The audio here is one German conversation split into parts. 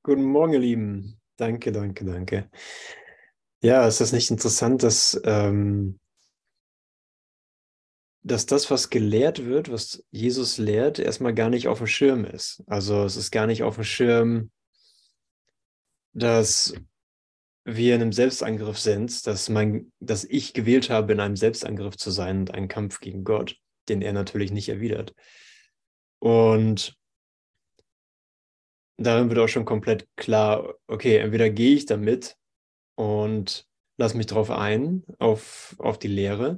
Guten Morgen, ihr Lieben. Danke, danke, danke. Ja, ist das nicht interessant, dass das, was gelehrt wird, was Jesus lehrt, erstmal gar nicht auf dem Schirm ist? Also es ist gar nicht auf dem Schirm, dass wir in einem Selbstangriff sind, dass ich gewählt habe, in einem Selbstangriff zu sein und einen Kampf gegen Gott, den er natürlich nicht erwidert. Und darin wird auch schon komplett klar, okay, entweder gehe ich damit und lass mich drauf ein, auf die Lehre.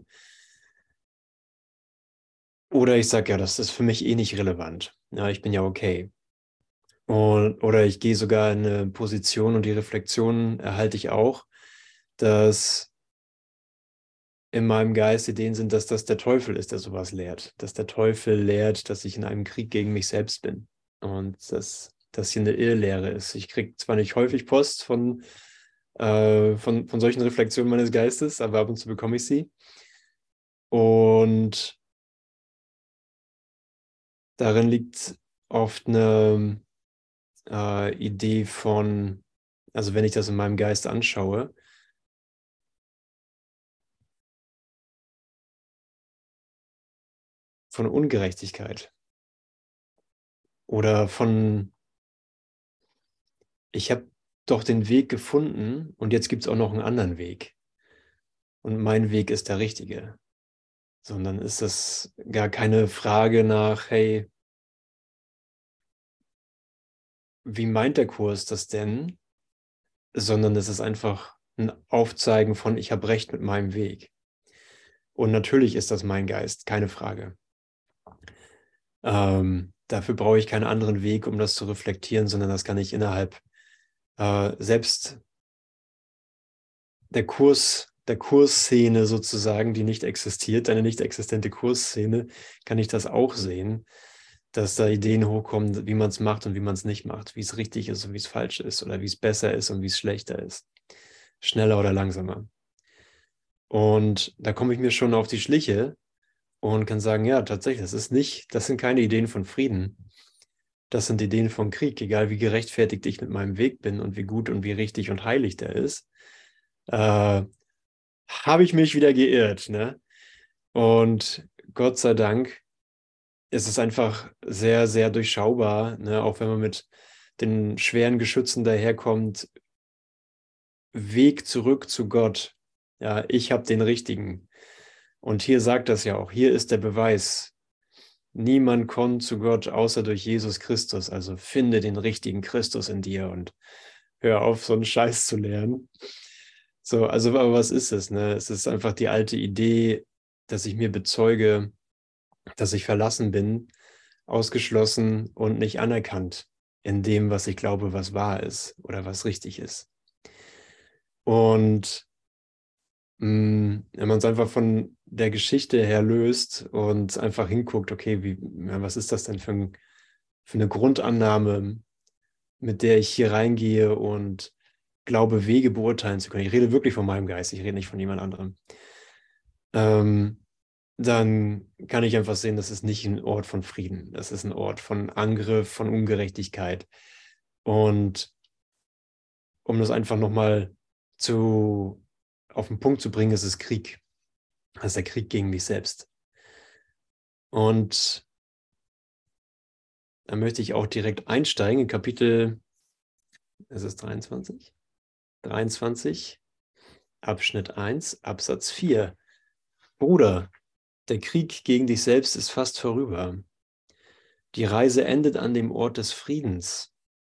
Oder ich sage, ja, das ist für mich eh nicht relevant. Ja, ich bin ja okay. Oder ich gehe sogar in eine Position und die Reflexion erhalte ich auch, dass in meinem Geist Ideen sind, dass das der Teufel ist, der sowas lehrt. Dass der Teufel lehrt, dass ich in einem Krieg gegen mich selbst bin. Und dass das hier eine Irrlehre ist. Ich kriege zwar nicht häufig Post von solchen Reflexionen meines Geistes, aber ab und zu bekomme ich sie. Und darin liegt oft eine Idee von, also wenn ich das in meinem Geist anschaue, von Ungerechtigkeit oder von, ich habe doch den Weg gefunden und jetzt gibt es auch noch einen anderen Weg und mein Weg ist der richtige, sondern ist das gar keine Frage nach, hey, wie meint der Kurs das denn, sondern es ist einfach ein Aufzeigen von, ich habe recht mit meinem Weg. Und natürlich ist das mein Geist, keine Frage. Dafür brauche ich keinen anderen Weg, um das zu reflektieren, sondern das kann ich innerhalb selbst der Kursszene sozusagen, die nicht existiert, eine nicht existente Kursszene, kann ich das auch sehen, dass da Ideen hochkommen, wie man es macht und wie man es nicht macht, wie es richtig ist und wie es falsch ist oder wie es besser ist und wie es schlechter ist, schneller oder langsamer. Und da komme ich mir schon auf die Schliche und kann sagen, ja, tatsächlich, das sind keine Ideen von Frieden. Das sind Ideen von Krieg, egal wie gerechtfertigt ich mit meinem Weg bin und wie gut und wie richtig und heilig der ist, habe ich mich wieder geirrt, ne? Und Gott sei Dank ist es einfach sehr, sehr durchschaubar, ne? Auch wenn man mit den schweren Geschützen daherkommt, Weg zurück zu Gott. Ja, ich habe den richtigen. Und hier sagt das ja auch, hier ist der Beweis. Niemand kommt zu Gott außer durch Jesus Christus. Also finde den richtigen Christus in dir und hör auf, so einen Scheiß zu lernen. So, also, aber was ist es, ne? Es ist einfach die alte Idee, dass ich mir bezeuge, dass ich verlassen bin, ausgeschlossen und nicht anerkannt in dem, was ich glaube, was wahr ist oder was richtig ist. Und wenn man es einfach von der Geschichte her löst und einfach hinguckt, okay, ja, was ist das denn für eine Grundannahme, mit der ich hier reingehe und glaube, Wege beurteilen zu können. Ich rede wirklich von meinem Geist, ich rede nicht von jemand anderem. Ähm, Dann kann ich einfach sehen, das ist nicht ein Ort von Frieden. Das ist ein Ort von Angriff, von Ungerechtigkeit. Und um das einfach nochmal auf den Punkt zu bringen, ist es Krieg. Das ist der Krieg gegen mich selbst. Und da möchte ich auch direkt einsteigen in Kapitel, es ist 23? 23, Abschnitt 1, Absatz 4. Bruder, der Krieg gegen dich selbst ist fast vorüber. Die Reise endet an dem Ort des Friedens.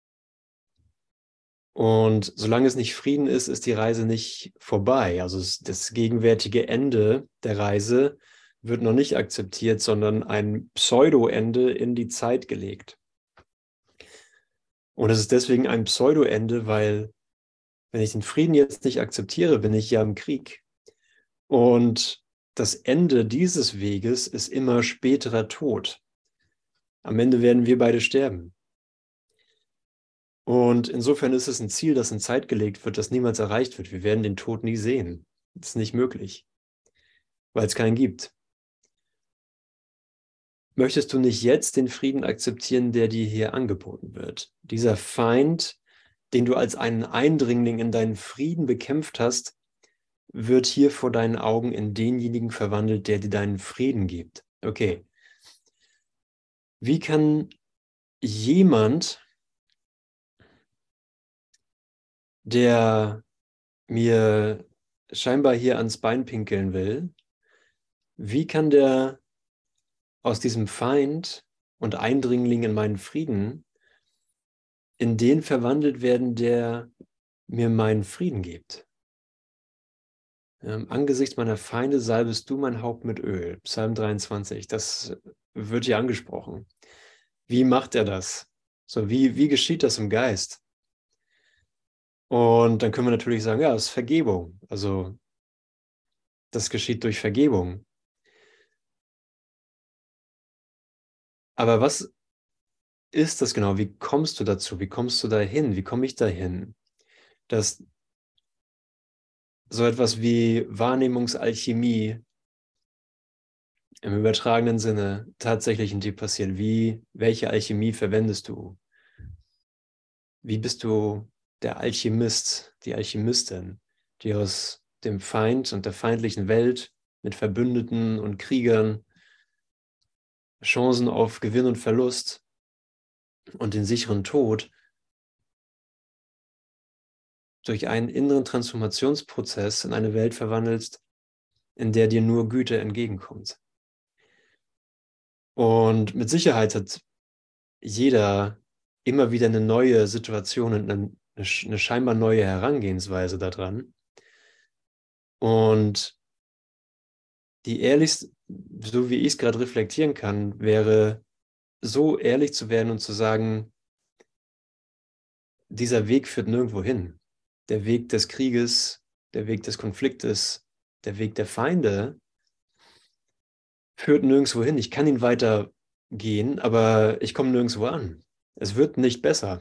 Und solange es nicht Frieden ist, ist die Reise nicht vorbei. Also das gegenwärtige Ende der Reise wird noch nicht akzeptiert, sondern ein Pseudo-Ende in die Zeit gelegt. Und es ist deswegen ein Pseudo-Ende, weil wenn ich den Frieden jetzt nicht akzeptiere, bin ich ja im Krieg. Und das Ende dieses Weges ist immer späterer Tod. Am Ende werden wir beide sterben. Und insofern ist es ein Ziel, das in Zeit gelegt wird, das niemals erreicht wird. Wir werden den Tod nie sehen. Das ist nicht möglich, weil es keinen gibt. Möchtest du nicht jetzt den Frieden akzeptieren, der dir hier angeboten wird? Dieser Feind den du als einen Eindringling in deinen Frieden bekämpft hast, wird hier vor deinen Augen in denjenigen verwandelt, der dir deinen Frieden gibt. Okay. Wie kann jemand, der mir scheinbar hier ans Bein pinkeln will, wie kann der aus diesem Feind und Eindringling in meinen Frieden in den verwandelt werden, der mir meinen Frieden gibt? Angesichts meiner Feinde salbest du mein Haupt mit Öl. Psalm 23, das wird hier angesprochen. Wie macht er das? So, wie geschieht das im Geist? Und dann können wir natürlich sagen, ja, es ist Vergebung. Also das geschieht durch Vergebung. Aber was ist das genau? Wie kommst du dazu? Wie kommst du dahin? Wie komme ich dahin? Dass so etwas wie Wahrnehmungsalchemie im übertragenen Sinne tatsächlich in dir passiert. Welche Alchemie verwendest du? Wie bist du der Alchemist, die Alchemistin, die aus dem Feind und der feindlichen Welt mit Verbündeten und Kriegern Chancen auf Gewinn und Verlust und den sicheren Tod durch einen inneren Transformationsprozess in eine Welt verwandelst, in der dir nur Güte entgegenkommt. Und mit Sicherheit hat jeder immer wieder eine neue Situation und eine scheinbar neue Herangehensweise daran. Und die ehrlichste, so wie ich es gerade reflektieren kann, wäre so ehrlich zu werden und zu sagen, dieser Weg führt nirgendwo hin. Der Weg des Krieges, der Weg des Konfliktes, der Weg der Feinde führt nirgendwo hin. Ich kann ihn weiter gehen, aber ich komme nirgendwo an. Es wird nicht besser.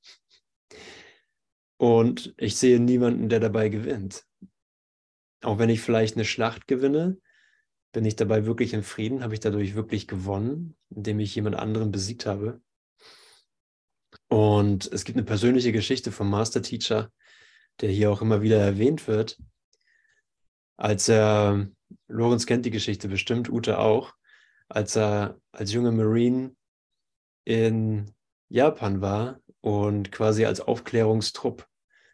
Und ich sehe niemanden, der dabei gewinnt. Auch wenn ich vielleicht eine Schlacht gewinne, bin ich dabei wirklich in Frieden? Habe ich dadurch wirklich gewonnen, indem ich jemand anderen besiegt habe? Und es gibt eine persönliche Geschichte vom Master Teacher, der hier auch immer wieder erwähnt wird. Lorenz kennt die Geschichte bestimmt, Ute auch, als er als junger Marine in Japan war und quasi als Aufklärungstrupp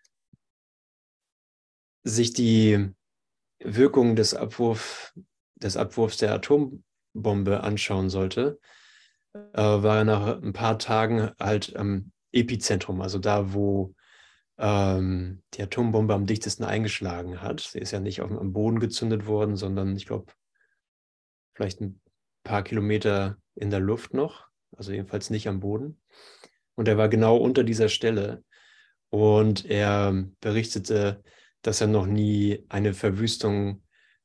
sich die Wirkung des Abwurfs der Atombombe anschauen sollte, war er nach ein paar Tagen halt am Epizentrum, also da, wo die Atombombe am dichtesten eingeschlagen hat. Sie ist ja nicht am Boden gezündet worden, sondern ich glaube, vielleicht ein paar Kilometer in der Luft noch, also jedenfalls nicht am Boden. Und er war genau unter dieser Stelle und er berichtete, dass er noch nie eine Verwüstung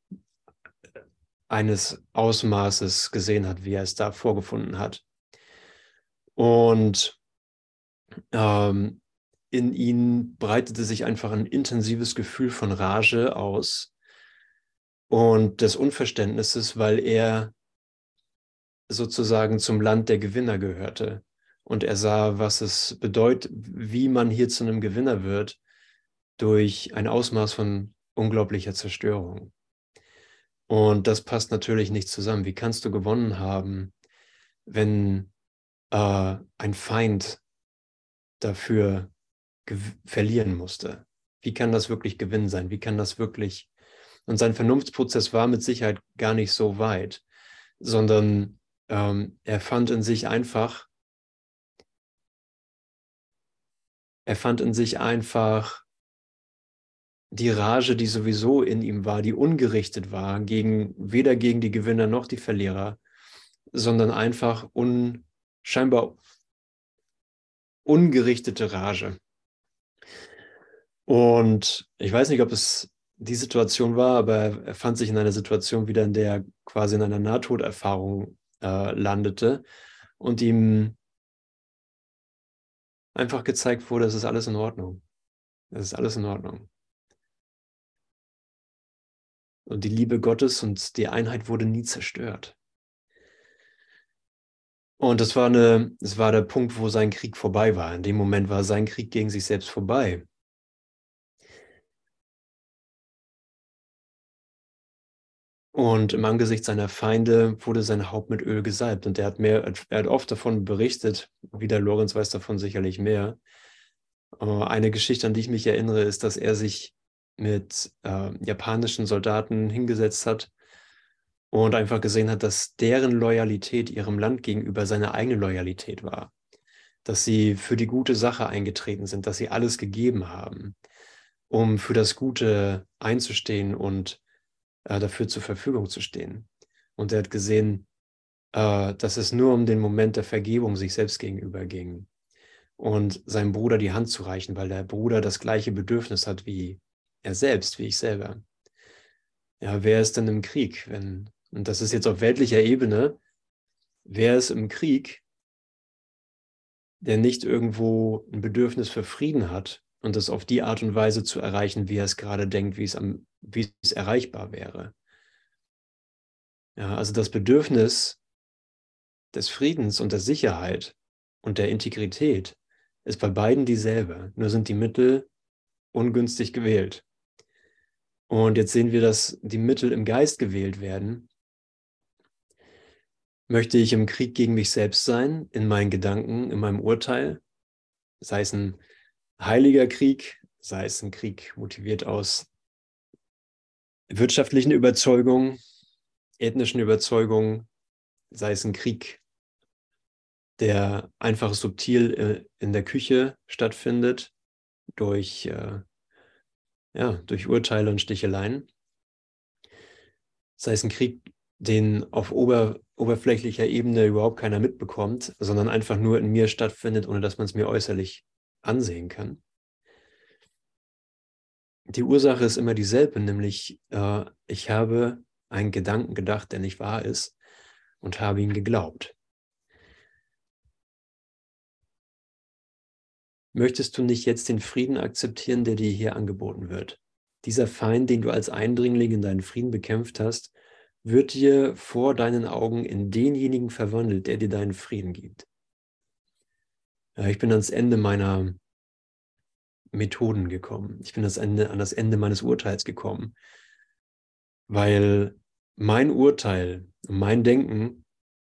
eines Ausmaßes gesehen hat, wie er es da vorgefunden hat. Und in ihn breitete sich einfach ein intensives Gefühl von Rage aus und des Unverständnisses, weil er sozusagen zum Land der Gewinner gehörte. Und er sah, was es bedeutet, wie man hier zu einem Gewinner wird, durch ein Ausmaß von unglaublicher Zerstörung. Und das passt natürlich nicht zusammen. Wie kannst du gewonnen haben, wenn ein Feind dafür verlieren musste? Wie kann das wirklich Gewinn sein? Wie kann das wirklich... Und sein Vernunftsprozess war mit Sicherheit gar nicht so weit, sondern er fand in sich einfach die Rage, die sowieso in ihm war, die ungerichtet war, weder gegen die Gewinner noch die Verlierer, sondern einfach scheinbar ungerichtete Rage. Und ich weiß nicht, ob es die Situation war, aber er fand sich in einer Situation wieder, in der er quasi in einer Nahtoderfahrung landete und ihm einfach gezeigt wurde, es ist alles in Ordnung. Es ist alles in Ordnung. Und die Liebe Gottes und die Einheit wurde nie zerstört. Und das war der Punkt, wo sein Krieg vorbei war. In dem Moment war sein Krieg gegen sich selbst vorbei. Und im Angesicht seiner Feinde wurde sein Haupt mit Öl gesalbt. Und er hat oft davon berichtet, wie der Lorenz weiß davon sicherlich mehr. Eine Geschichte, an die ich mich erinnere, ist, dass er sich mit japanischen Soldaten hingesetzt hat und einfach gesehen hat, dass deren Loyalität ihrem Land gegenüber seine eigene Loyalität war. Dass sie für die gute Sache eingetreten sind, dass sie alles gegeben haben, um für das Gute einzustehen und dafür zur Verfügung zu stehen. Und er hat gesehen, dass es nur um den Moment der Vergebung sich selbst gegenüber ging und seinem Bruder die Hand zu reichen, weil der Bruder das gleiche Bedürfnis hat wie er selbst, wie ich selber. Ja, wer ist denn im Krieg? Und das ist jetzt auf weltlicher Ebene, wer ist im Krieg, der nicht irgendwo ein Bedürfnis für Frieden hat und das auf die Art und Weise zu erreichen, wie er es gerade denkt, wie es erreichbar wäre. Ja, also das Bedürfnis des Friedens und der Sicherheit und der Integrität ist bei beiden dieselbe, nur sind die Mittel ungünstig gewählt. Und jetzt sehen wir, dass die Mittel im Geist gewählt werden. Möchte ich im Krieg gegen mich selbst sein, in meinen Gedanken, in meinem Urteil, sei es ein heiliger Krieg, sei es ein Krieg motiviert aus wirtschaftlichen Überzeugungen, ethnischen Überzeugungen, sei es ein Krieg, der einfach subtil in der Küche stattfindet, durch Urteile und Sticheleien. Sei es ein Krieg, den auf oberflächlicher Ebene überhaupt keiner mitbekommt, sondern einfach nur in mir stattfindet, ohne dass man es mir äußerlich ansehen kann. Die Ursache ist immer dieselbe, nämlich ich habe einen Gedanken gedacht, der nicht wahr ist, und habe ihn geglaubt. Möchtest du nicht jetzt den Frieden akzeptieren, der dir hier angeboten wird? Dieser Feind, den du als Eindringling in deinen Frieden bekämpft hast, wird dir vor deinen Augen in denjenigen verwandelt, der dir deinen Frieden gibt. Ich bin ans Ende meiner Methoden gekommen. Ich bin an das Ende meines Urteils gekommen, weil mein Urteil, mein Denken,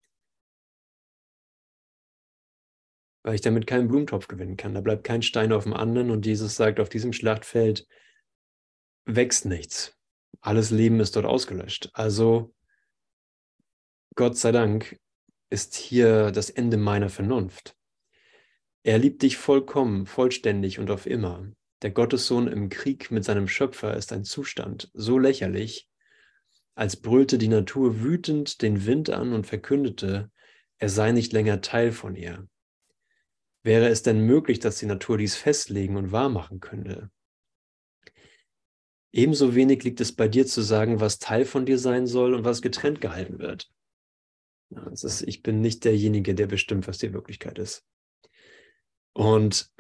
weil ich damit keinen Blumentopf gewinnen kann. Da bleibt kein Stein auf dem anderen und Jesus sagt, auf diesem Schlachtfeld wächst nichts. Alles Leben ist dort ausgelöscht. Also, Gott sei Dank, ist hier das Ende meiner Vernunft. Er liebt dich vollkommen, vollständig und auf immer. Der Gottessohn im Krieg mit seinem Schöpfer ist ein Zustand so lächerlich, als brüllte die Natur wütend den Wind an und verkündete, er sei nicht länger Teil von ihr. Wäre es denn möglich, dass die Natur dies festlegen und wahrmachen könnte? Ebenso wenig liegt es bei dir zu sagen, was Teil von dir sein soll und was getrennt gehalten wird. Ich bin nicht derjenige, der bestimmt, was die Wirklichkeit ist. Und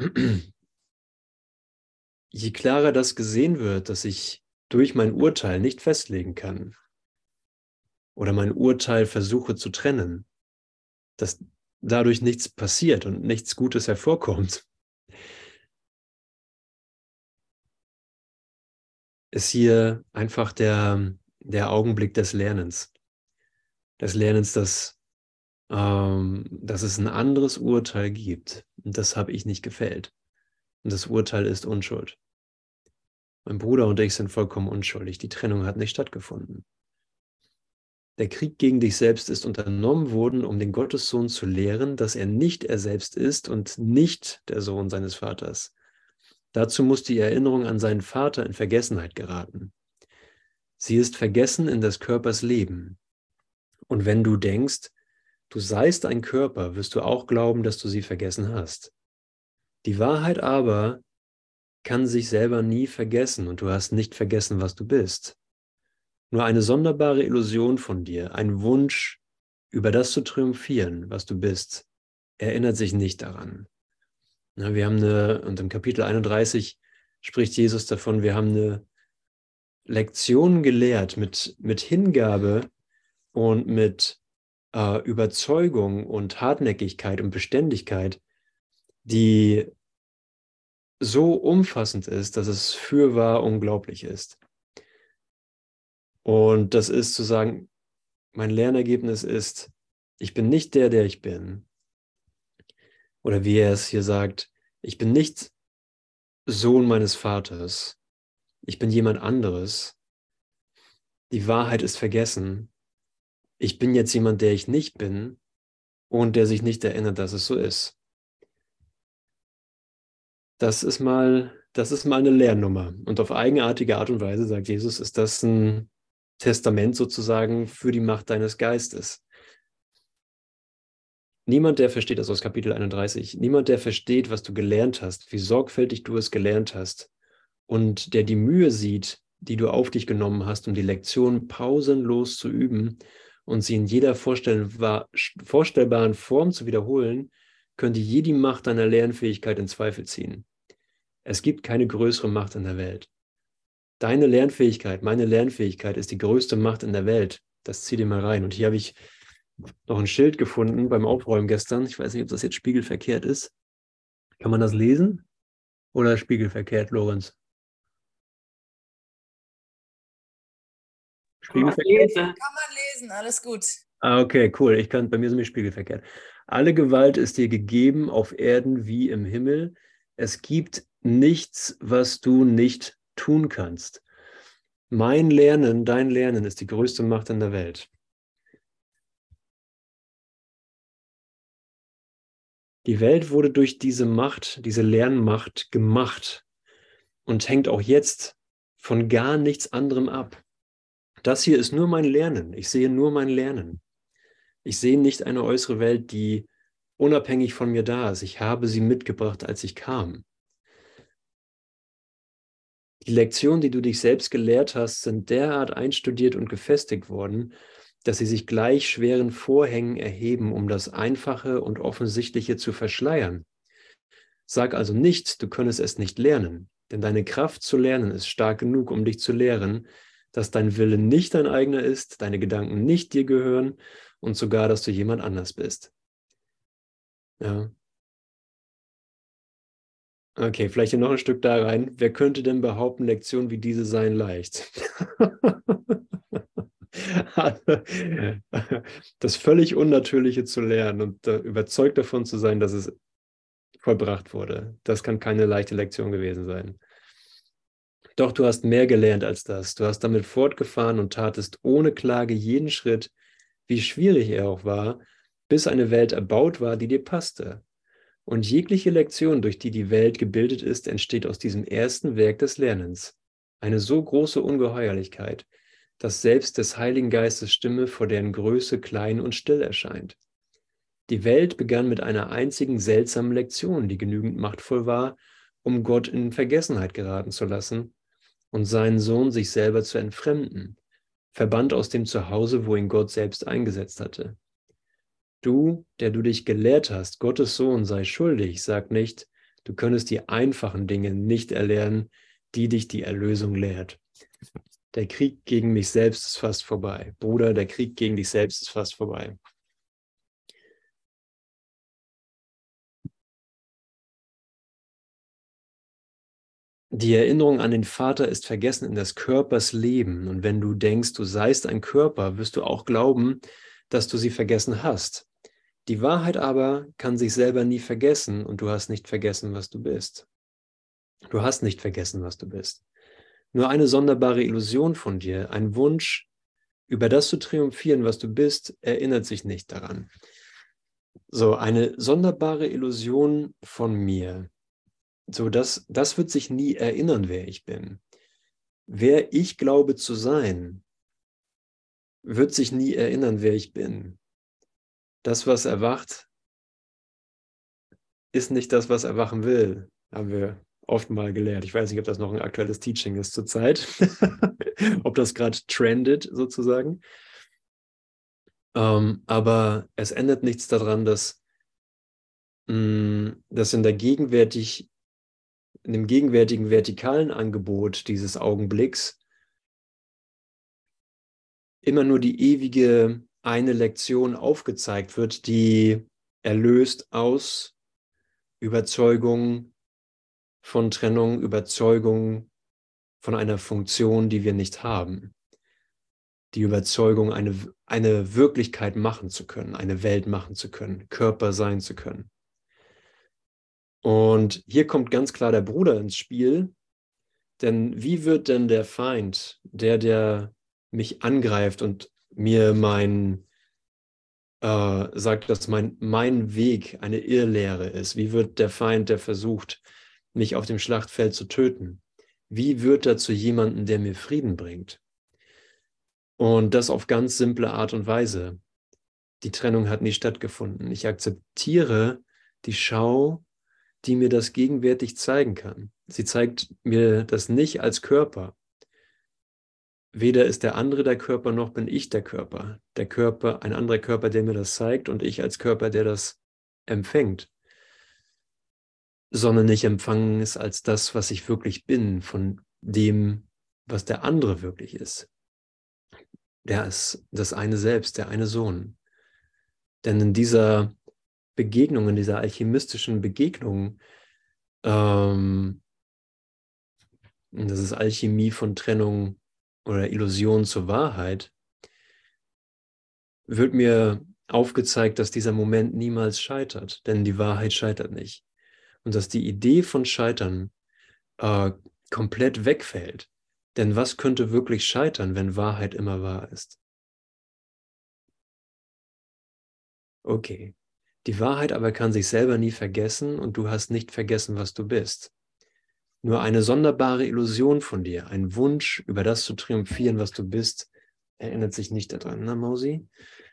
je klarer das gesehen wird, dass ich durch mein Urteil nicht festlegen kann oder mein Urteil versuche zu trennen, dass dadurch nichts passiert und nichts Gutes hervorkommt, ist hier einfach der Augenblick des Lernens. Des Lernens, dass es ein anderes Urteil gibt. Und das habe ich nicht gefällt. Und das Urteil ist Unschuld. Mein Bruder und ich sind vollkommen unschuldig. Die Trennung hat nicht stattgefunden. Der Krieg gegen dich selbst ist unternommen worden, um den Gottessohn zu lehren, dass er nicht er selbst ist und nicht der Sohn seines Vaters. Dazu muss die Erinnerung an seinen Vater in Vergessenheit geraten. Sie ist vergessen in des Körpers Leben. Und wenn du denkst, du seist ein Körper, wirst du auch glauben, dass du sie vergessen hast. Die Wahrheit aber kann sich selber nie vergessen und du hast nicht vergessen, was du bist. Nur eine sonderbare Illusion von dir, ein Wunsch, über das zu triumphieren, was du bist, erinnert sich nicht daran. Ja, und im Kapitel 31 spricht Jesus davon, wir haben eine Lektion gelehrt mit Hingabe und mit Überzeugung und Hartnäckigkeit und Beständigkeit, die so umfassend ist, dass es fürwahr unglaublich ist. Und das ist zu sagen, mein Lernergebnis ist, ich bin nicht der, der ich bin. Oder wie er es hier sagt, ich bin nicht Sohn meines Vaters. Ich bin jemand anderes. Die Wahrheit ist vergessen. Ich bin jetzt jemand, der ich nicht bin und der sich nicht erinnert, dass es so ist. Das ist mal eine Lernnummer. Und auf eigenartige Art und Weise, sagt Jesus, ist das ein Testament sozusagen für die Macht deines Geistes. Niemand, der versteht, das aus Kapitel 31, niemand, der versteht, was du gelernt hast, wie sorgfältig du es gelernt hast und der die Mühe sieht, die du auf dich genommen hast, um die Lektion pausenlos zu üben und sie in jeder vorstellbaren Form zu wiederholen, könnte je die Macht deiner Lernfähigkeit in Zweifel ziehen. Es gibt keine größere Macht in der Welt. Deine Lernfähigkeit, meine Lernfähigkeit ist die größte Macht in der Welt. Das zieh dir mal rein. Und hier habe ich noch ein Schild gefunden beim Aufräumen gestern. Ich weiß nicht, ob das jetzt spiegelverkehrt ist. Kann man das lesen? Oder spiegelverkehrt, Lorenz? Spiegelverkehrt? Lese. Kann man lesen, alles gut. Ah, okay, cool. Bei mir sind wir spiegelverkehrt. Alle Gewalt ist dir gegeben auf Erden wie im Himmel. Es gibt nichts, was du nicht tun kannst. Mein Lernen, dein Lernen ist die größte Macht in der Welt. Die Welt wurde durch diese Macht, diese Lernmacht gemacht und hängt auch jetzt von gar nichts anderem ab. Das hier ist nur mein Lernen. Ich sehe nur mein Lernen. Ich sehe nicht eine äußere Welt, die unabhängig von mir da ist. Ich habe sie mitgebracht, als ich kam. Die Lektionen, die du dich selbst gelehrt hast, sind derart einstudiert und gefestigt worden, dass sie sich gleich schweren Vorhängen erheben, um das Einfache und Offensichtliche zu verschleiern. Sag also nicht, du könntest es nicht lernen, denn deine Kraft zu lernen ist stark genug, um dich zu lehren, dass dein Wille nicht dein eigener ist, deine Gedanken nicht dir gehören und sogar, dass du jemand anders bist. Ja. Okay, vielleicht hier noch ein Stück da rein. Wer könnte denn behaupten, Lektionen wie diese seien leicht? Das völlig Unnatürliche zu lernen und überzeugt davon zu sein, dass es vollbracht wurde. Das kann keine leichte Lektion gewesen sein. Doch du hast mehr gelernt als das. Du hast damit fortgefahren und tatest ohne Klage jeden Schritt, wie schwierig er auch war, bis eine Welt erbaut war, die dir passte. Und jegliche Lektion, durch die die Welt gebildet ist, entsteht aus diesem ersten Werk des Lernens. Eine so große Ungeheuerlichkeit, dass selbst des Heiligen Geistes Stimme vor deren Größe klein und still erscheint. Die Welt begann mit einer einzigen seltsamen Lektion, die genügend machtvoll war, um Gott in Vergessenheit geraten zu lassen und seinen Sohn sich selber zu entfremden, verbannt aus dem Zuhause, wo ihn Gott selbst eingesetzt hatte. Du, der du dich gelehrt hast, Gottes Sohn sei schuldig, sag nicht, du könntest die einfachen Dinge nicht erlernen, die dich die Erlösung lehrt. Der Krieg gegen mich selbst ist fast vorbei. Bruder, der Krieg gegen dich selbst ist fast vorbei. Die Erinnerung an den Vater ist vergessen in des Körpers Leben. Und wenn du denkst, du seist ein Körper, wirst du auch glauben, dass du sie vergessen hast. Die Wahrheit aber kann sich selber nie vergessen und du hast nicht vergessen, was du bist. Du hast nicht vergessen, was du bist. Nur eine sonderbare Illusion von dir, ein Wunsch, über das zu triumphieren, was du bist, erinnert sich nicht daran. So, eine sonderbare Illusion von mir. So, das wird sich nie erinnern, wer ich bin. Wer ich glaube zu sein, wird sich nie erinnern, wer ich bin. Das, was erwacht, ist nicht das, was erwachen will, haben wir oft mal gelehrt. Ich weiß nicht, ob das noch ein aktuelles Teaching ist zurzeit, ob das gerade trendet sozusagen. Aber es ändert nichts daran, dass in dem gegenwärtigen vertikalen Angebot dieses Augenblicks immer nur die ewige eine Lektion aufgezeigt wird, die erlöst aus Überzeugung von Trennung, Überzeugung von einer Funktion, die wir nicht haben. Die Überzeugung, eine Wirklichkeit machen zu können, eine Welt machen zu können, Körper sein zu können. Und hier kommt ganz klar der Bruder ins Spiel, denn wie wird denn der Feind, der mich angreift und mir sagt, dass mein Weg eine Irrlehre ist, wie wird der Feind, der versucht, mich auf dem Schlachtfeld zu töten, wie wird er zu jemandem, der mir Frieden bringt? Und das auf ganz simple Art und Weise. Die Trennung hat nie stattgefunden. Ich akzeptiere die Schau, die mir das gegenwärtig zeigen kann. Sie zeigt mir das nicht als Körper. Weder ist der andere der Körper, noch bin ich der Körper. Der Körper, ein anderer Körper, der mir das zeigt, und ich als Körper, der das empfängt. Sondern ich empfange es als das, was ich wirklich bin, von dem, was der andere wirklich ist. Der ist das eine Selbst, der eine Sohn. Denn in dieser Begegnung, in dieser alchemistischen Begegnung, das ist Alchemie von Trennung oder Illusion zur Wahrheit, wird mir aufgezeigt, dass dieser Moment niemals scheitert, denn die Wahrheit scheitert nicht. Und dass die Idee von Scheitern komplett wegfällt. Denn was könnte wirklich scheitern, wenn Wahrheit immer wahr ist? Okay. Die Wahrheit aber kann sich selber nie vergessen, und du hast nicht vergessen, was du bist. Nur eine sonderbare Illusion von dir, ein Wunsch, über das zu triumphieren, was du bist, erinnert sich nicht daran, na Mausi?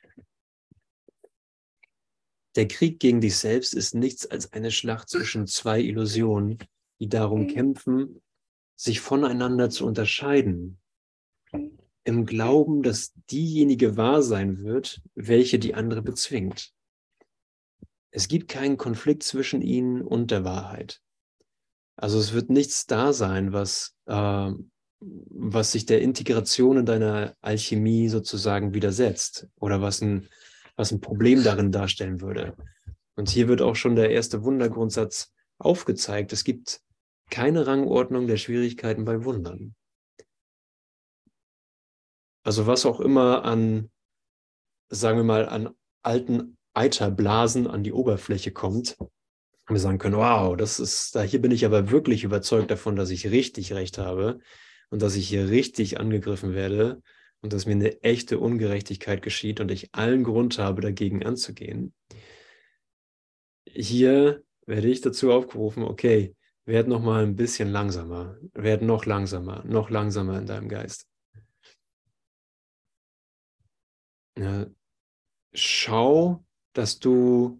Der Krieg gegen dich selbst ist nichts als eine Schlacht zwischen zwei Illusionen, die darum kämpfen, sich voneinander zu unterscheiden, im Glauben, dass diejenige wahr sein wird, welche die andere bezwingt. Es gibt keinen Konflikt zwischen ihnen und der Wahrheit. Also es wird nichts da sein, was sich der Integration in deiner Alchemie sozusagen widersetzt oder was ein Problem darin darstellen würde. Und hier wird auch schon der erste Wundergrundsatz aufgezeigt. Es gibt keine Rangordnung der Schwierigkeiten bei Wundern. Also was auch immer an, sagen wir mal, an alten Eiterblasen an die Oberfläche kommt, wir sagen können, wow, hier bin ich aber wirklich überzeugt davon, dass ich richtig recht habe und dass ich hier richtig angegriffen werde und dass mir eine echte Ungerechtigkeit geschieht und ich allen Grund habe, dagegen anzugehen. Hier werde ich dazu aufgerufen, okay, werd noch mal ein bisschen langsamer, werd noch langsamer in deinem Geist. Ja, schau, dass du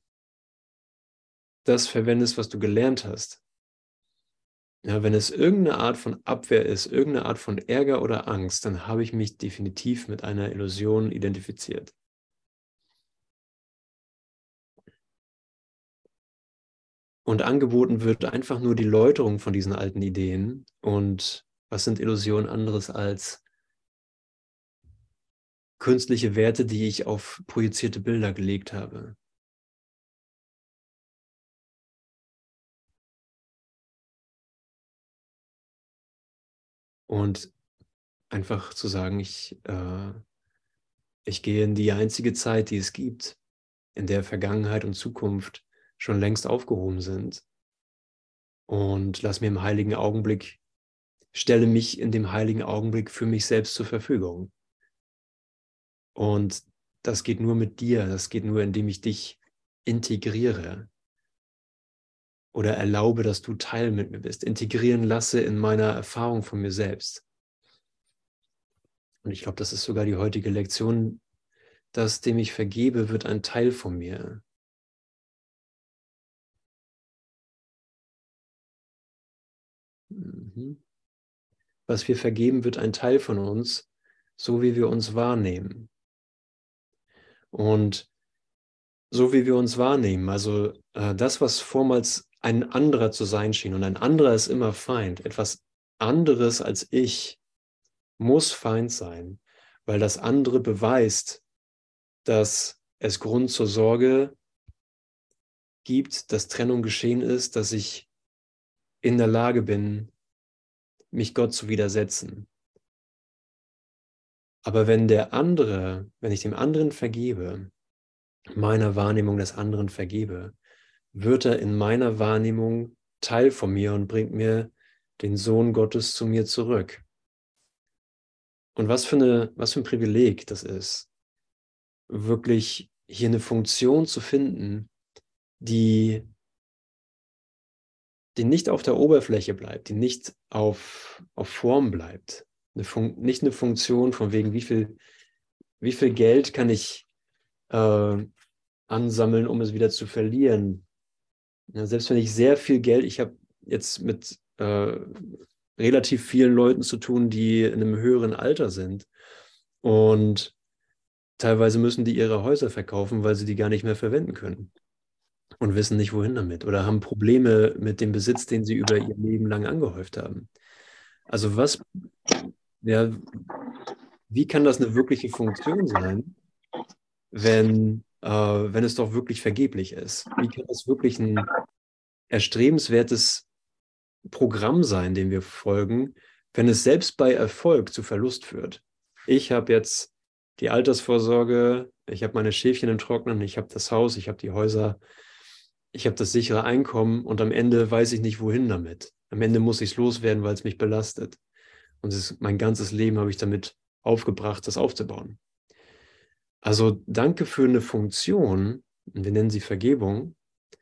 das verwendest, was du gelernt hast. Ja, wenn es irgendeine Art von Abwehr ist, irgendeine Art von Ärger oder Angst, dann habe ich mich definitiv mit einer Illusion identifiziert. Und angeboten wird einfach nur die Läuterung von diesen alten Ideen. Und was sind Illusionen anderes als künstliche Werte, die ich auf projizierte Bilder gelegt habe? Und einfach zu sagen, ich gehe in die einzige Zeit, die es gibt, in der Vergangenheit und Zukunft schon längst aufgehoben sind. Und lass mir im heiligen Augenblick, stelle mich in dem heiligen Augenblick für mich selbst zur Verfügung. Und das geht nur mit dir, das geht nur, indem ich dich integriere oder erlaube, dass du Teil mit mir bist, integrieren lasse in meiner Erfahrung von mir selbst. Und ich glaube, das ist sogar die heutige Lektion, das, dem ich vergebe, wird ein Teil von mir. Was wir vergeben, wird ein Teil von uns, so wie wir uns wahrnehmen. Und so wie wir uns wahrnehmen, also das, was vormals ein anderer zu sein schien, und ein anderer ist immer Feind, etwas anderes als ich muss Feind sein, weil das andere beweist, dass es Grund zur Sorge gibt, dass Trennung geschehen ist, dass ich in der Lage bin, mich Gott zu widersetzen. Aber wenn ich dem anderen vergebe, meiner Wahrnehmung des anderen vergebe, wird er in meiner Wahrnehmung Teil von mir und bringt mir den Sohn Gottes zu mir zurück. Und was für ein Privileg das ist, wirklich hier eine Funktion zu finden, die nicht auf der Oberfläche bleibt, die nicht auf Form bleibt. Nicht eine Funktion von wegen, wie viel Geld kann ich ansammeln, um es wieder zu verlieren. Ja, selbst wenn ich sehr viel Geld, ich habe jetzt mit relativ vielen Leuten zu tun, die in einem höheren Alter sind. Und teilweise müssen die ihre Häuser verkaufen, weil sie die gar nicht mehr verwenden können und wissen nicht, wohin damit oder haben Probleme mit dem Besitz, den sie über ihr Leben lang angehäuft haben. Also ja, wie kann das eine wirkliche Funktion sein, wenn es doch wirklich vergeblich ist? Wie kann das wirklich ein erstrebenswertes Programm sein, dem wir folgen, wenn es selbst bei Erfolg zu Verlust führt? Ich habe jetzt die Altersvorsorge, ich habe meine Schäfchen im Trocknen, ich habe das Haus, ich habe die Häuser, ich habe das sichere Einkommen und am Ende weiß ich nicht, wohin damit. Am Ende muss ich es loswerden, weil es mich belastet. Und mein ganzes Leben habe ich damit aufgebracht, das aufzubauen. Also danke für eine Funktion, wir nennen sie Vergebung,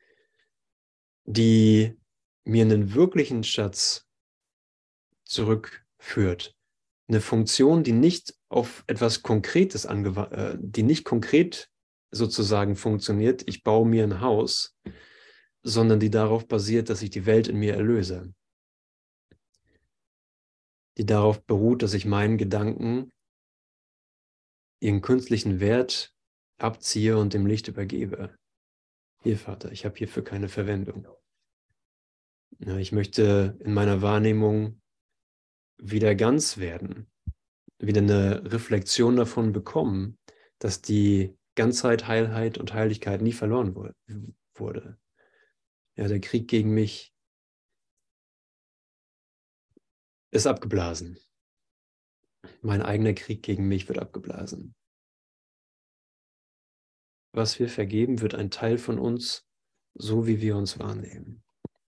die mir einen wirklichen Schatz zurückführt. Eine Funktion, die nicht auf etwas Konkretes die nicht konkret sozusagen funktioniert, ich baue mir ein Haus, sondern die darauf basiert, dass ich die Welt in mir erlöse. Die darauf beruht, dass ich meinen Gedanken ihren künstlichen Wert abziehe und dem Licht übergebe. Hier, Vater, ich habe hierfür keine Verwendung. Ja, ich möchte in meiner Wahrnehmung wieder ganz werden, wieder eine Reflexion davon bekommen, dass die Ganzheit, Heilheit und Heiligkeit nie verloren wurde. Ja, der Krieg gegen mich ist abgeblasen. Mein eigener Krieg gegen mich wird abgeblasen. Was wir vergeben, wird ein Teil von uns, so wie wir uns wahrnehmen.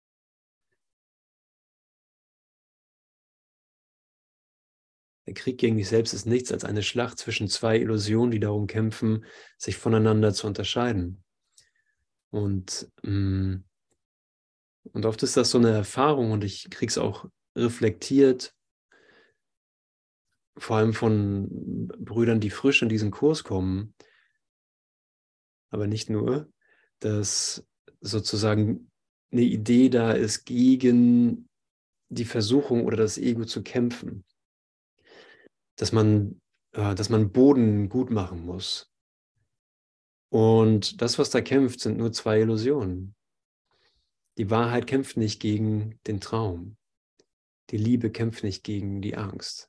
Der Krieg gegen mich selbst ist nichts als eine Schlacht zwischen zwei Illusionen, die darum kämpfen, sich voneinander zu unterscheiden. Und oft ist das so eine Erfahrung und ich kriege es auch reflektiert, vor allem von Brüdern, die frisch in diesen Kurs kommen, aber nicht nur, dass sozusagen eine Idee da ist, gegen die Versuchung oder das Ego zu kämpfen. Dass man Boden gut machen muss. Und das, was da kämpft, sind nur zwei Illusionen. Die Wahrheit kämpft nicht gegen den Traum. Die Liebe kämpft nicht gegen die Angst.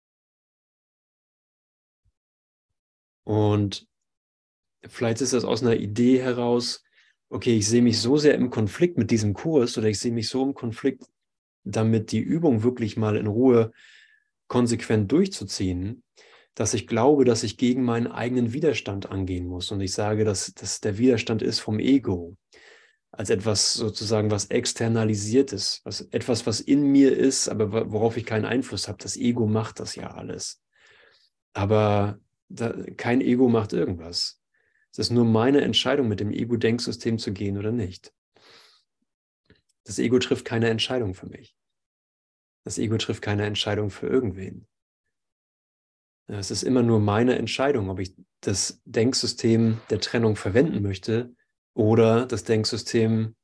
Und vielleicht ist das aus einer Idee heraus, okay, ich sehe mich so sehr im Konflikt mit diesem Kurs oder ich sehe mich so im Konflikt, damit die Übung wirklich mal in Ruhe konsequent durchzuziehen, dass ich glaube, dass ich gegen meinen eigenen Widerstand angehen muss. Und ich sage, dass der Widerstand ist vom Ego, als etwas sozusagen, was externalisiert ist, was in mir ist, aber worauf ich keinen Einfluss habe. Das Ego macht das ja alles. Aber kein Ego macht irgendwas. Es ist nur meine Entscheidung, mit dem Ego-Denksystem zu gehen oder nicht. Das Ego trifft keine Entscheidung für mich. Das Ego trifft keine Entscheidung für irgendwen. Es ist immer nur meine Entscheidung, ob ich das Denksystem der Trennung verwenden möchte oder das Denksystem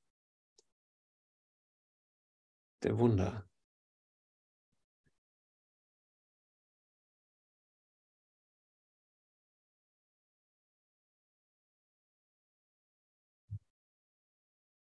der Wunder.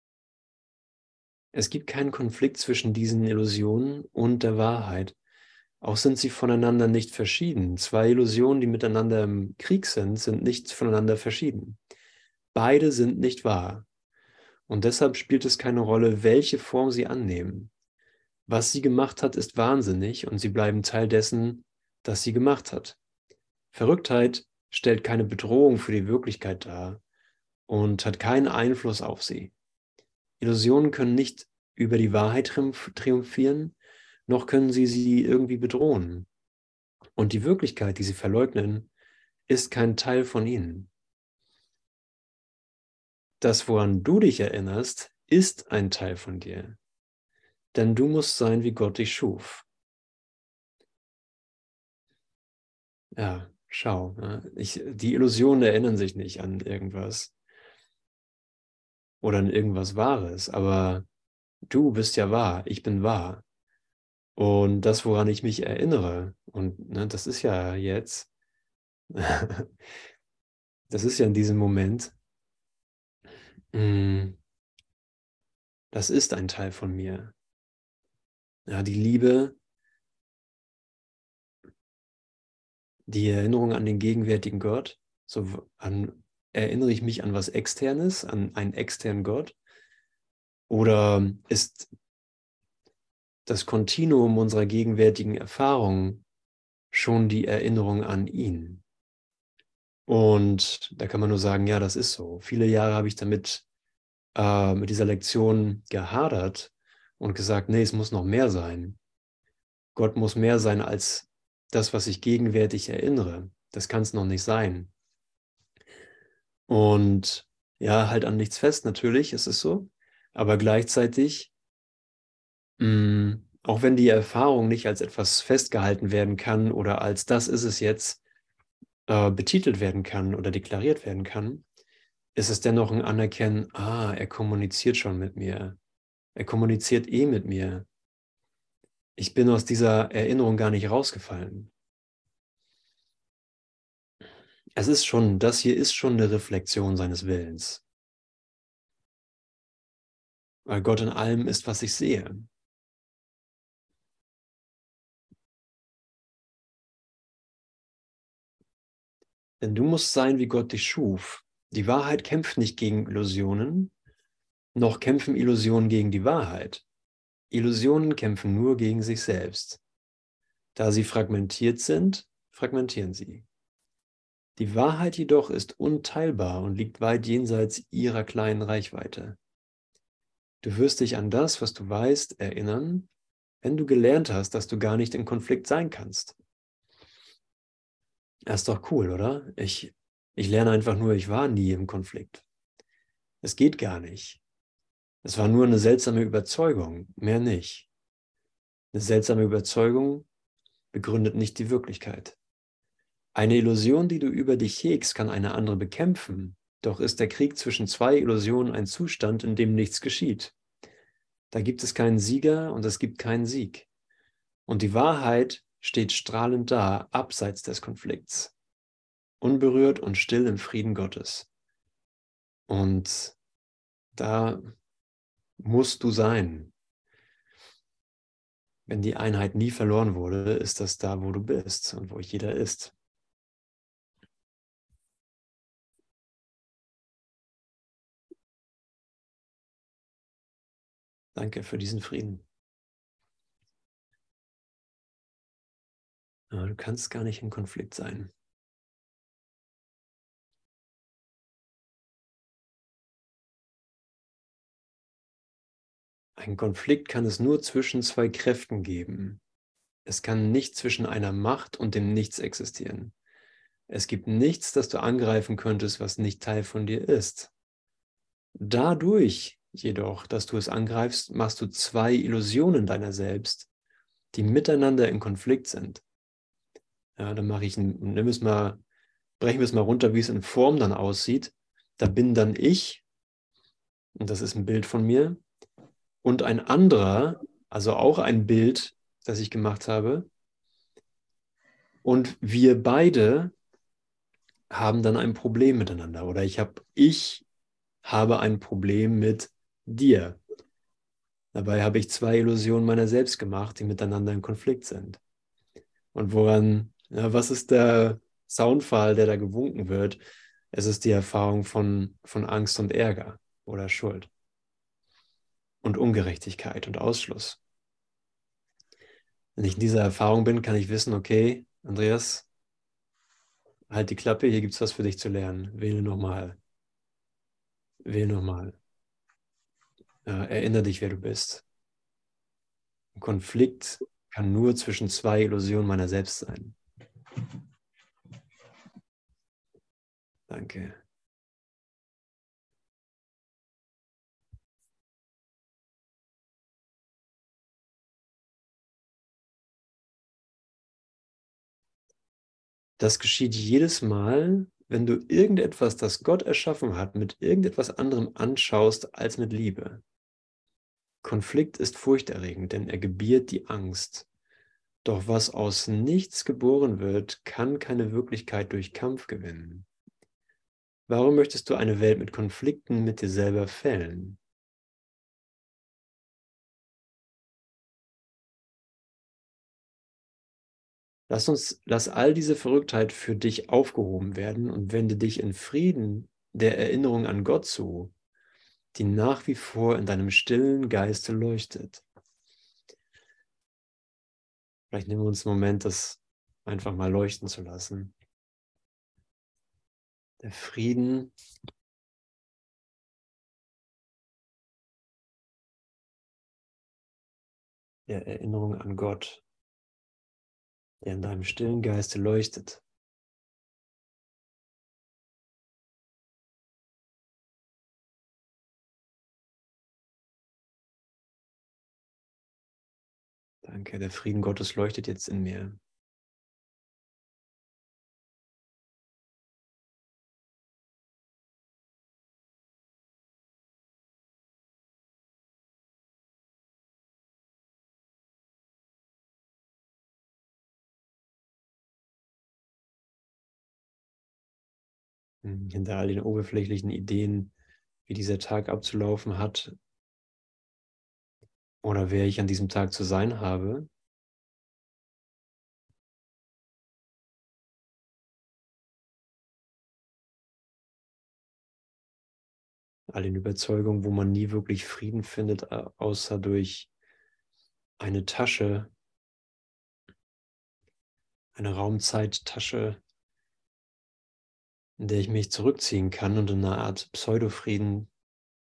Es gibt keinen Konflikt zwischen diesen Illusionen und der Wahrheit. Auch sind sie voneinander nicht verschieden. Zwei Illusionen, die miteinander im Krieg sind nicht voneinander verschieden. Beide sind nicht wahr. Und deshalb spielt es keine Rolle, welche Form sie annehmen. Was sie gemacht hat, ist wahnsinnig und sie bleiben Teil dessen, das sie gemacht hat. Verrücktheit stellt keine Bedrohung für die Wirklichkeit dar und hat keinen Einfluss auf sie. Illusionen können nicht über die Wahrheit triumphieren, noch können sie irgendwie bedrohen. Und die Wirklichkeit, die sie verleugnen, ist kein Teil von ihnen. Das, woran du dich erinnerst, ist ein Teil von dir. Denn du musst sein, wie Gott dich schuf. Ja, schau. Die Illusionen erinnern sich nicht an irgendwas oder an irgendwas Wahres, aber du bist ja wahr, ich bin wahr. Und das, woran ich mich erinnere, und ne, das ist ja jetzt, das ist ja in diesem Moment, das ist ein Teil von mir. Ja, die Liebe, die Erinnerung an den gegenwärtigen Gott, erinnere ich mich an was Externes, an einen externen Gott? Oder ist das Kontinuum unserer gegenwärtigen Erfahrung schon die Erinnerung an ihn? Und da kann man nur sagen, ja, das ist so. Viele Jahre habe ich damit mit dieser Lektion gehadert und gesagt, nee, es muss noch mehr sein. Gott muss mehr sein als das, was ich gegenwärtig erinnere. Das kann es noch nicht sein. Und ja, halt an nichts fest, natürlich ist es so. Aber gleichzeitig, auch wenn die Erfahrung nicht als etwas festgehalten werden kann oder als das ist es jetzt betitelt werden kann oder deklariert werden kann, ist es dennoch ein Anerkennen, er kommuniziert schon mit mir. Er kommuniziert mit mir. Ich bin aus dieser Erinnerung gar nicht rausgefallen. Das hier ist schon eine Reflexion seines Willens. Weil Gott in allem ist, was ich sehe. Denn du musst sein, wie Gott dich schuf. Die Wahrheit kämpft nicht gegen Illusionen, noch kämpfen Illusionen gegen die Wahrheit. Illusionen kämpfen nur gegen sich selbst. Da sie fragmentiert sind, fragmentieren sie. Die Wahrheit jedoch ist unteilbar und liegt weit jenseits ihrer kleinen Reichweite. Du wirst dich an das, was du weißt, erinnern, wenn du gelernt hast, dass du gar nicht im Konflikt sein kannst. Das ist doch cool, oder? Ich lerne einfach nur, ich war nie im Konflikt. Es geht gar nicht. Es war nur eine seltsame Überzeugung, mehr nicht. Eine seltsame Überzeugung begründet nicht die Wirklichkeit. Eine Illusion, die du über dich hegst, kann eine andere bekämpfen. Doch ist der Krieg zwischen zwei Illusionen ein Zustand, in dem nichts geschieht. Da gibt es keinen Sieger und es gibt keinen Sieg. Und die Wahrheit steht strahlend da, abseits des Konflikts, unberührt und still im Frieden Gottes. Und da musst du sein. Wenn die Einheit nie verloren wurde, ist das da, wo du bist und wo jeder ist. Danke für diesen Frieden. Ja, du kannst gar nicht im Konflikt sein. Ein Konflikt kann es nur zwischen zwei Kräften geben. Es kann nicht zwischen einer Macht und dem Nichts existieren. Es gibt nichts, das du angreifen könntest, was nicht Teil von dir ist. Dadurch jedoch, dass du es angreifst, machst du zwei Illusionen deiner selbst, die miteinander in Konflikt sind. Ja, dann brechen wir es mal runter, wie es in Form dann aussieht. Da bin dann ich, und das ist ein Bild von mir, und ein anderer, also auch ein Bild, das ich gemacht habe. Und wir beide haben dann ein Problem miteinander. Oder ich habe ein Problem mit dir. Dabei habe ich zwei Illusionen meiner selbst gemacht, die miteinander in Konflikt sind. Und woran, ja, was ist der Soundfall, der da gewunken wird? Es ist die Erfahrung von Angst und Ärger oder Schuld und Ungerechtigkeit und Ausschluss. Wenn ich in dieser Erfahrung bin, kann ich wissen, okay, Andreas, halt die Klappe, hier gibt es was für dich zu lernen. Wähle nochmal. Wähle nochmal. Erinnere dich, wer du bist. Ein Konflikt kann nur zwischen zwei Illusionen meiner selbst sein. Danke. Das geschieht jedes Mal, wenn du irgendetwas, das Gott erschaffen hat, mit irgendetwas anderem anschaust als mit Liebe. Konflikt ist furchterregend, denn er gebiert die Angst. Doch was aus nichts geboren wird, kann keine Wirklichkeit durch Kampf gewinnen. Warum möchtest du eine Welt mit Konflikten mit dir selber fällen? Lass all diese Verrücktheit für dich aufgehoben werden und wende dich in Frieden der Erinnerung an Gott zu, die nach wie vor in deinem stillen Geiste leuchtet. Vielleicht nehmen wir uns einen Moment, das einfach mal leuchten zu lassen. Der Frieden der Erinnerung an Gott, der in deinem stillen Geiste leuchtet. Danke, der Frieden Gottes leuchtet jetzt in mir. Hinter all den oberflächlichen Ideen, wie dieser Tag abzulaufen hat oder wer ich an diesem Tag zu sein habe, all den Überzeugungen, wo man nie wirklich Frieden findet, außer durch eine Tasche, eine Raumzeittasche, in der ich mich zurückziehen kann und in einer Art Pseudo-Frieden,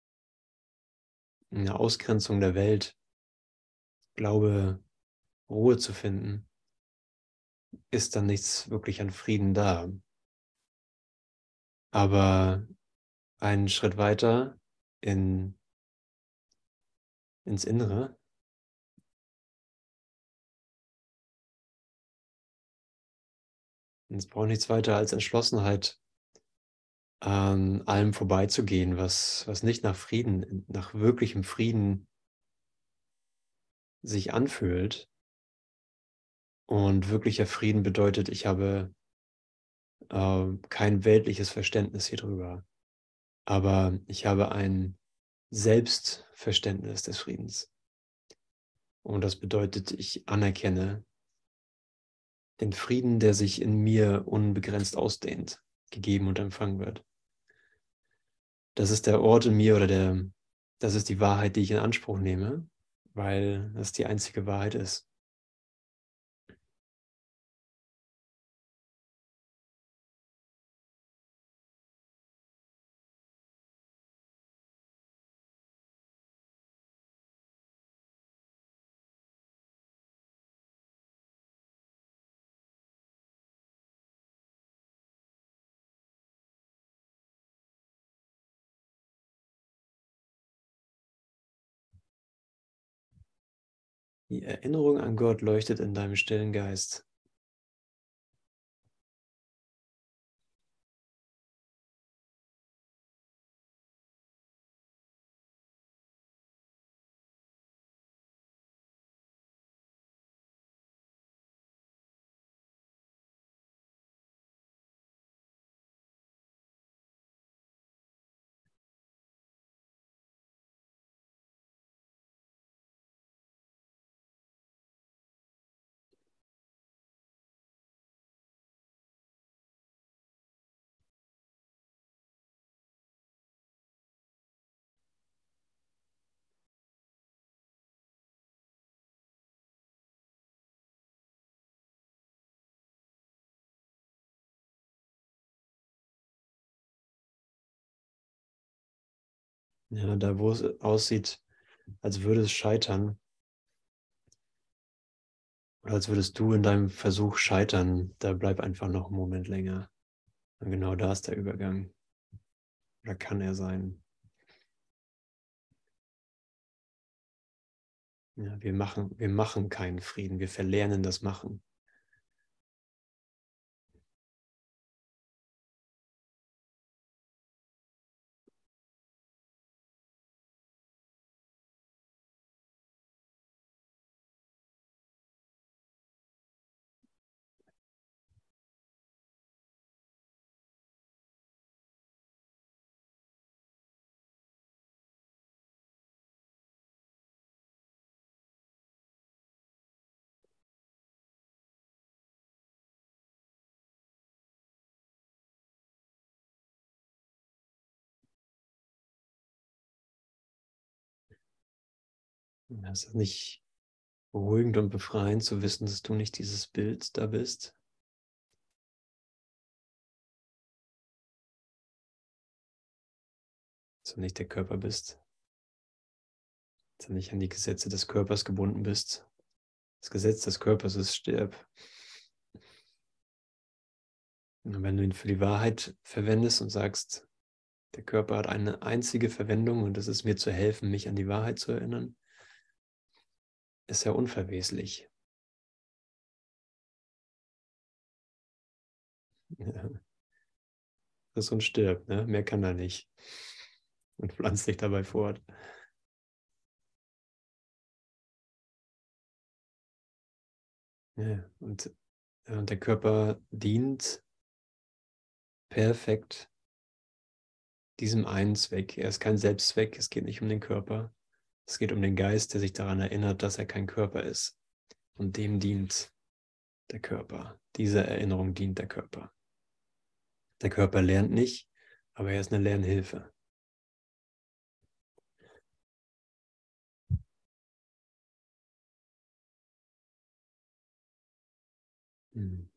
in der Ausgrenzung der Welt glaube, Ruhe zu finden, ist dann nichts wirklich an Frieden da. Aber einen Schritt weiter in, ins Innere, und es braucht nichts weiter als Entschlossenheit, an allem vorbeizugehen, was nicht nach Frieden, nach wirklichem Frieden sich anfühlt. Und wirklicher Frieden bedeutet, ich habe kein weltliches Verständnis hier drüber, aber ich habe ein Selbstverständnis des Friedens. Und das bedeutet, ich anerkenne den Frieden, der sich in mir unbegrenzt ausdehnt, gegeben und empfangen wird. Das ist der Ort in mir oder das ist die Wahrheit, die ich in Anspruch nehme, weil das die einzige Wahrheit ist. Die Erinnerung an Gott leuchtet in deinem stillen Geist. Ja, da wo es aussieht, als würde es scheitern oder als würdest du in deinem Versuch scheitern, da bleib einfach noch einen Moment länger. Und genau da ist der Übergang. Oder kann er sein? Ja, wir machen keinen Frieden, wir verlernen das Machen. Ja, es ist nicht beruhigend und befreiend zu wissen, dass du nicht dieses Bild da bist, dass du nicht der Körper bist, dass du nicht an die Gesetze des Körpers gebunden bist. Das Gesetz des Körpers ist Stirb. Und wenn du ihn für die Wahrheit verwendest und sagst, der Körper hat eine einzige Verwendung und das ist mir zu helfen, mich an die Wahrheit zu erinnern, ist er unverweslich. Ja, friss und stirb, ne? Mehr kann er nicht. Und pflanzt sich dabei fort. Ja, und der Körper dient perfekt diesem einen Zweck. Er ist kein Selbstzweck, es geht nicht um den Körper. Es geht um den Geist, der sich daran erinnert, dass er kein Körper ist. Und dem dient der Körper. Dieser Erinnerung dient der Körper. Der Körper lernt nicht, aber er ist eine Lernhilfe. Hm.